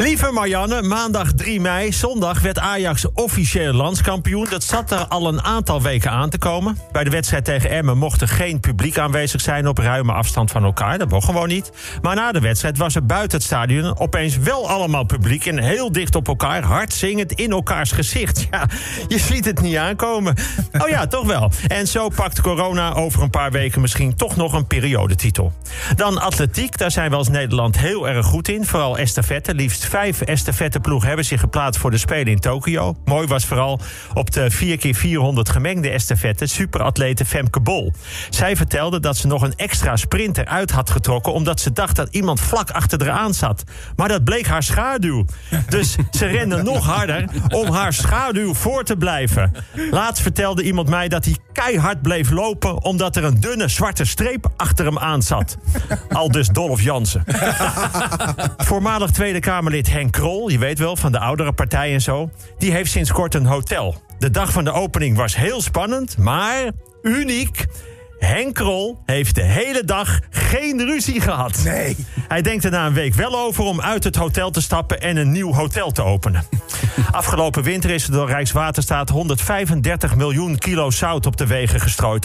Lieve Marianne, maandag 3 mei, zondag werd Ajax officieel landskampioen. Dat zat er al een aantal weken aan te komen. Bij de wedstrijd tegen Emmen mocht er geen publiek aanwezig zijn op ruime afstand van elkaar. Dat mocht gewoon niet. Maar na de wedstrijd was er buiten het stadion opeens wel allemaal publiek en heel dicht op elkaar, hard zingend in elkaars gezicht. Ja, je ziet het niet aankomen. Oh ja, toch wel. En zo pakt corona over een paar weken misschien toch nog een periodetitel. Dan atletiek, daar zijn we als Nederland heel erg goed in. Vooral estafette. Liefst 5 estafetteploegen hebben zich geplaatst voor de Spelen in Tokio. Mooi was vooral op de 4x400 gemengde estafette superatlete Femke Bol. Zij vertelde dat ze nog een extra sprinter uit had getrokken omdat ze dacht dat iemand vlak achter haar aan zat. Maar dat bleek haar schaduw. Dus ze rende nog harder om haar schaduw voor te blijven. Laatst vertelde iemand mij dat hij keihard bleef lopen omdat er een dunne zwarte streep achter hem aan zat. Aldus Dolph Jansen. Voormalig Tweede Kamerlid Henk Krol, je weet wel, van de oudere partij en zo, die heeft sinds kort een hotel. De dag van de opening was heel spannend, maar uniek. Henk Krol heeft de hele dag geen ruzie gehad. Nee. Hij denkt er na een week wel over om uit het hotel te stappen en een nieuw hotel te openen. Afgelopen winter is er door Rijkswaterstaat 135 miljoen kilo zout op de wegen gestrooid.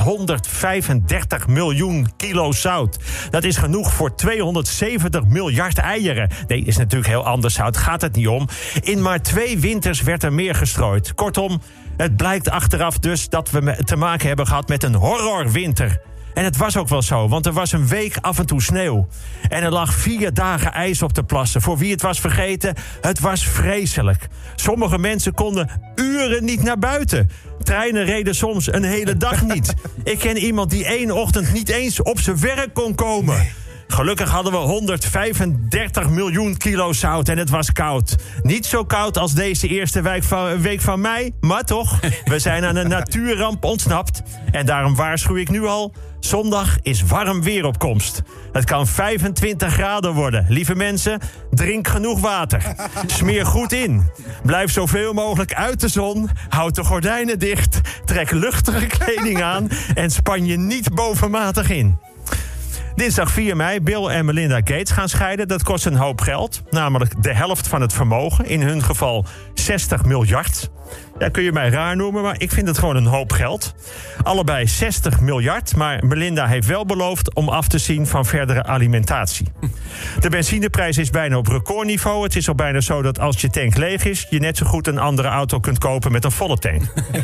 135 miljoen kilo zout. Dat is genoeg voor 270 miljard eieren. Nee, is natuurlijk heel anders zout, gaat het niet om. In maar 2 winters werd er meer gestrooid. Kortom, het blijkt achteraf dus dat we te maken hebben gehad met een horrorwinter. En het was ook wel zo, want er was een week af en toe sneeuw. En er lag 4 dagen ijs op de plassen. Voor wie het was vergeten, het was vreselijk. Sommige mensen konden uren niet naar buiten. Treinen reden soms een hele dag niet. Ik ken iemand die 1 ochtend niet eens op zijn werk kon komen. Nee. Gelukkig hadden we 135 miljoen kilo zout en het was koud. Niet zo koud als deze eerste week van mei, maar toch, we zijn aan een natuurramp ontsnapt. En daarom waarschuw ik nu al, zondag is warm weer op komst. Het kan 25 graden worden. Lieve mensen, drink genoeg water. Smeer goed in. Blijf zoveel mogelijk uit de zon. Houd de gordijnen dicht. Trek luchtige kleding aan en span je niet bovenmatig in. Dinsdag 4 mei, Bill en Melinda Gates gaan scheiden. Dat kost een hoop geld, namelijk de helft van het vermogen. In hun geval 60 miljard. Ja, kun je mij raar noemen, maar ik vind het gewoon een hoop geld. Allebei 60 miljard, maar Melinda heeft wel beloofd om af te zien van verdere alimentatie. De benzineprijs is bijna op recordniveau. Het is al bijna zo dat als je tank leeg is, je net zo goed een andere auto kunt kopen met een volle tank.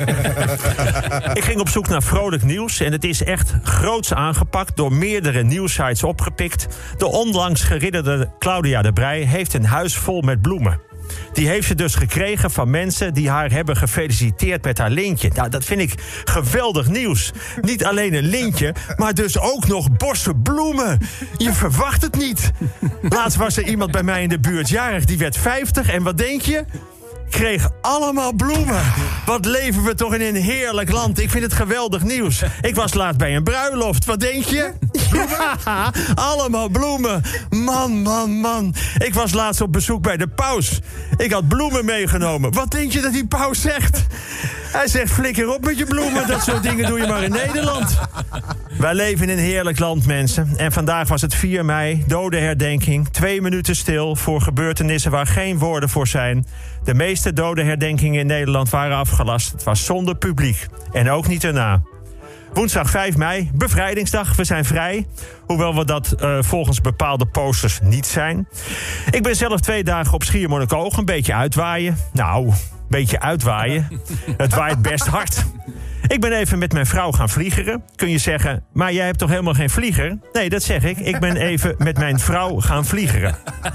Ik ging op zoek naar vrolijk nieuws en het is echt groots aangepakt, door meerdere nieuwssites opgepikt. De onlangs geridderde Claudia de Breij heeft een huis vol met bloemen. Die heeft ze dus gekregen van mensen die haar hebben gefeliciteerd met haar lintje. Nou, dat vind ik geweldig nieuws. Niet alleen een lintje, maar dus ook nog bossen bloemen. Je verwacht het niet. Laatst was er iemand bij mij in de buurt jarig, die werd 50. En wat denk je? Kreeg allemaal bloemen. Wat leven we toch in een heerlijk land. Ik vind het geweldig nieuws. Ik was laatst bij een bruiloft. Wat denk je? Ja, allemaal bloemen. Man. Ik was laatst op bezoek bij de paus. Ik had bloemen meegenomen. Wat denk je dat die paus zegt? Hij zegt, flikker op met je bloemen. Dat soort dingen doe je maar in Nederland. Wij leven in een heerlijk land, mensen. En vandaag was het 4 mei, dodenherdenking. 2 minuten stil voor gebeurtenissen waar geen woorden voor zijn. De meeste dodenherdenkingen in Nederland waren afgelast. Het was zonder publiek. En ook niet erna. Woensdag 5 mei, bevrijdingsdag. We zijn vrij. Hoewel we dat volgens bepaalde posters niet zijn. Ik ben zelf 2 dagen op Schiermonnikoog. Een beetje uitwaaien. Nou, beetje uitwaaien. Het waait best hard. Ik ben even met mijn vrouw gaan vliegeren. Kun je zeggen, maar jij hebt toch helemaal geen vlieger? Nee, dat zeg ik. Ik ben even met mijn vrouw gaan vliegeren.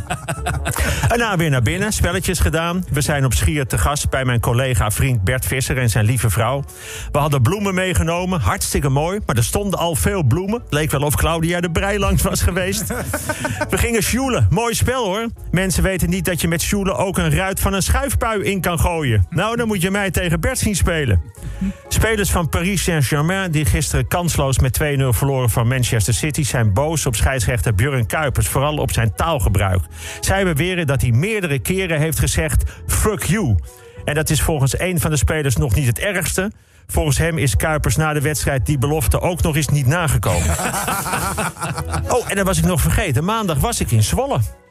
Daarna weer naar binnen, spelletjes gedaan. We zijn op Schier te gast bij mijn collega vriend Bert Visser en zijn lieve vrouw. We hadden bloemen meegenomen, hartstikke mooi. Maar er stonden al veel bloemen. Leek wel of Claudia de Breij langs was geweest. We gingen sjoelen. Mooi spel hoor. Mensen weten niet dat je met sjoelen ook een ruit van een schuifpui in kan gooien. Nou, dan moet je mij tegen Bert zien spelen. Spelers van Paris Saint-Germain, die gisteren kansloos met 2-0 verloren van Manchester City, zijn boos op scheidsrechter Björn Kuipers, vooral op zijn taalgebruik. Zij beweren dat hij meerdere keren heeft gezegd fuck you. En dat is volgens een van de spelers nog niet het ergste. Volgens hem is Kuipers na de wedstrijd die belofte ook nog eens niet nagekomen. Oh, en dan was ik nog vergeten. Maandag was ik in Zwolle.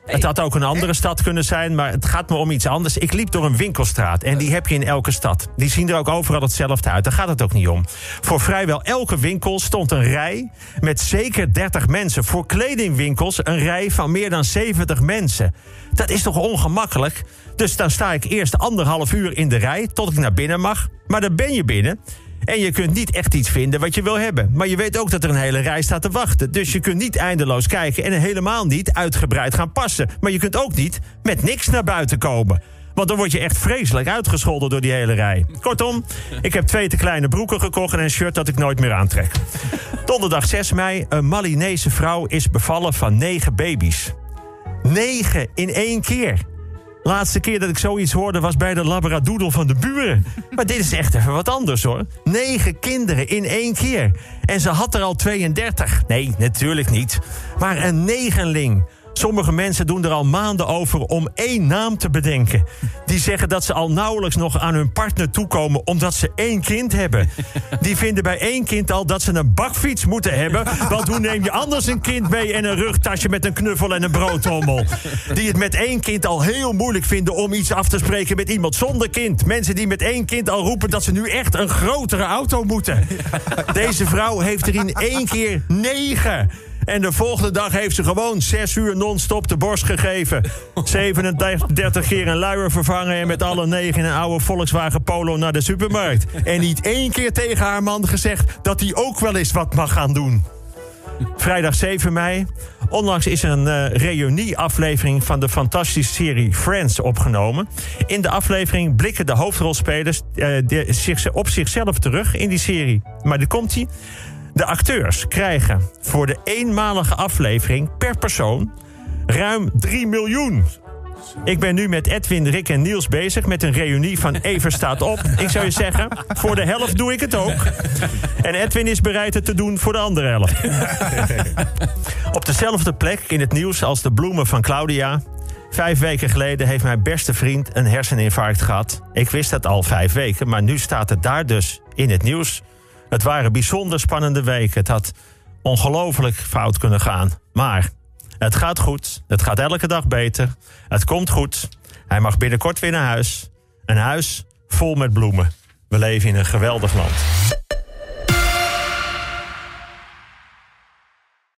Het had ook een andere stad kunnen zijn, maar het gaat me om iets anders. Ik liep door een winkelstraat en die heb je in elke stad. Die zien er ook overal hetzelfde uit, daar gaat het ook niet om. Voor vrijwel elke winkel stond een rij met zeker 30 mensen. Voor kledingwinkels een rij van meer dan 70 mensen. Dat is toch ongemakkelijk? Dus dan sta ik eerst 1,5 uur in de rij tot ik naar binnen mag. Maar dan ben je binnen. En je kunt niet echt iets vinden wat je wil hebben. Maar je weet ook dat er een hele rij staat te wachten. Dus je kunt niet eindeloos kijken en helemaal niet uitgebreid gaan passen. Maar je kunt ook niet met niks naar buiten komen. Want dan word je echt vreselijk uitgescholden door die hele rij. Kortom, ik heb 2 te kleine broeken gekocht en een shirt dat ik nooit meer aantrek. Donderdag 6 mei, een Malinese vrouw is bevallen van 9 baby's. 9 in 1 keer. Laatste keer dat ik zoiets hoorde was bij de labradoodle van de buren. Maar dit is echt even wat anders, hoor. 9 kinderen in 1 keer. En ze had er al 32. Nee, natuurlijk niet. Maar een 9ling. Sommige mensen doen er al maanden over om 1 naam te bedenken. Die zeggen dat ze al nauwelijks nog aan hun partner toekomen omdat ze 1 kind hebben. Die vinden bij 1 kind al dat ze een bakfiets moeten hebben. Want hoe neem je anders een kind mee en een rugtasje met een knuffel en een broodtrommel? Die het met 1 kind al heel moeilijk vinden om iets af te spreken met iemand zonder kind. Mensen die met 1 kind al roepen dat ze nu echt een grotere auto moeten. Deze vrouw heeft er in 1 keer 9. En de volgende dag heeft ze gewoon 6 uur non-stop de borst gegeven. 37 keer een luier vervangen en met alle 9 in een oude Volkswagen Polo naar de supermarkt. En niet 1 keer tegen haar man gezegd dat hij ook wel eens wat mag gaan doen. Vrijdag 7 mei. Onlangs is een reunieaflevering van de fantastische serie Friends opgenomen. In de aflevering blikken de hoofdrolspelers op zichzelf terug in die serie. Maar daar komt-ie. De acteurs krijgen voor de eenmalige aflevering per persoon ruim 3 miljoen. Ik ben nu met Edwin, Rick en Niels bezig met een reunie van Even staat op. Ik zou je zeggen, voor de helft doe ik het ook. En Edwin is bereid het te doen voor de andere helft. Op dezelfde plek in het nieuws als de bloemen van Claudia. 5 weken geleden heeft mijn beste vriend een herseninfarct gehad. Ik wist dat al 5 weken, maar nu staat het daar dus in het nieuws. Het waren bijzonder spannende weken. Het had ongelooflijk fout kunnen gaan. Maar het gaat goed. Het gaat elke dag beter. Het komt goed. Hij mag binnenkort weer naar huis. Een huis vol met bloemen. We leven in een geweldig land.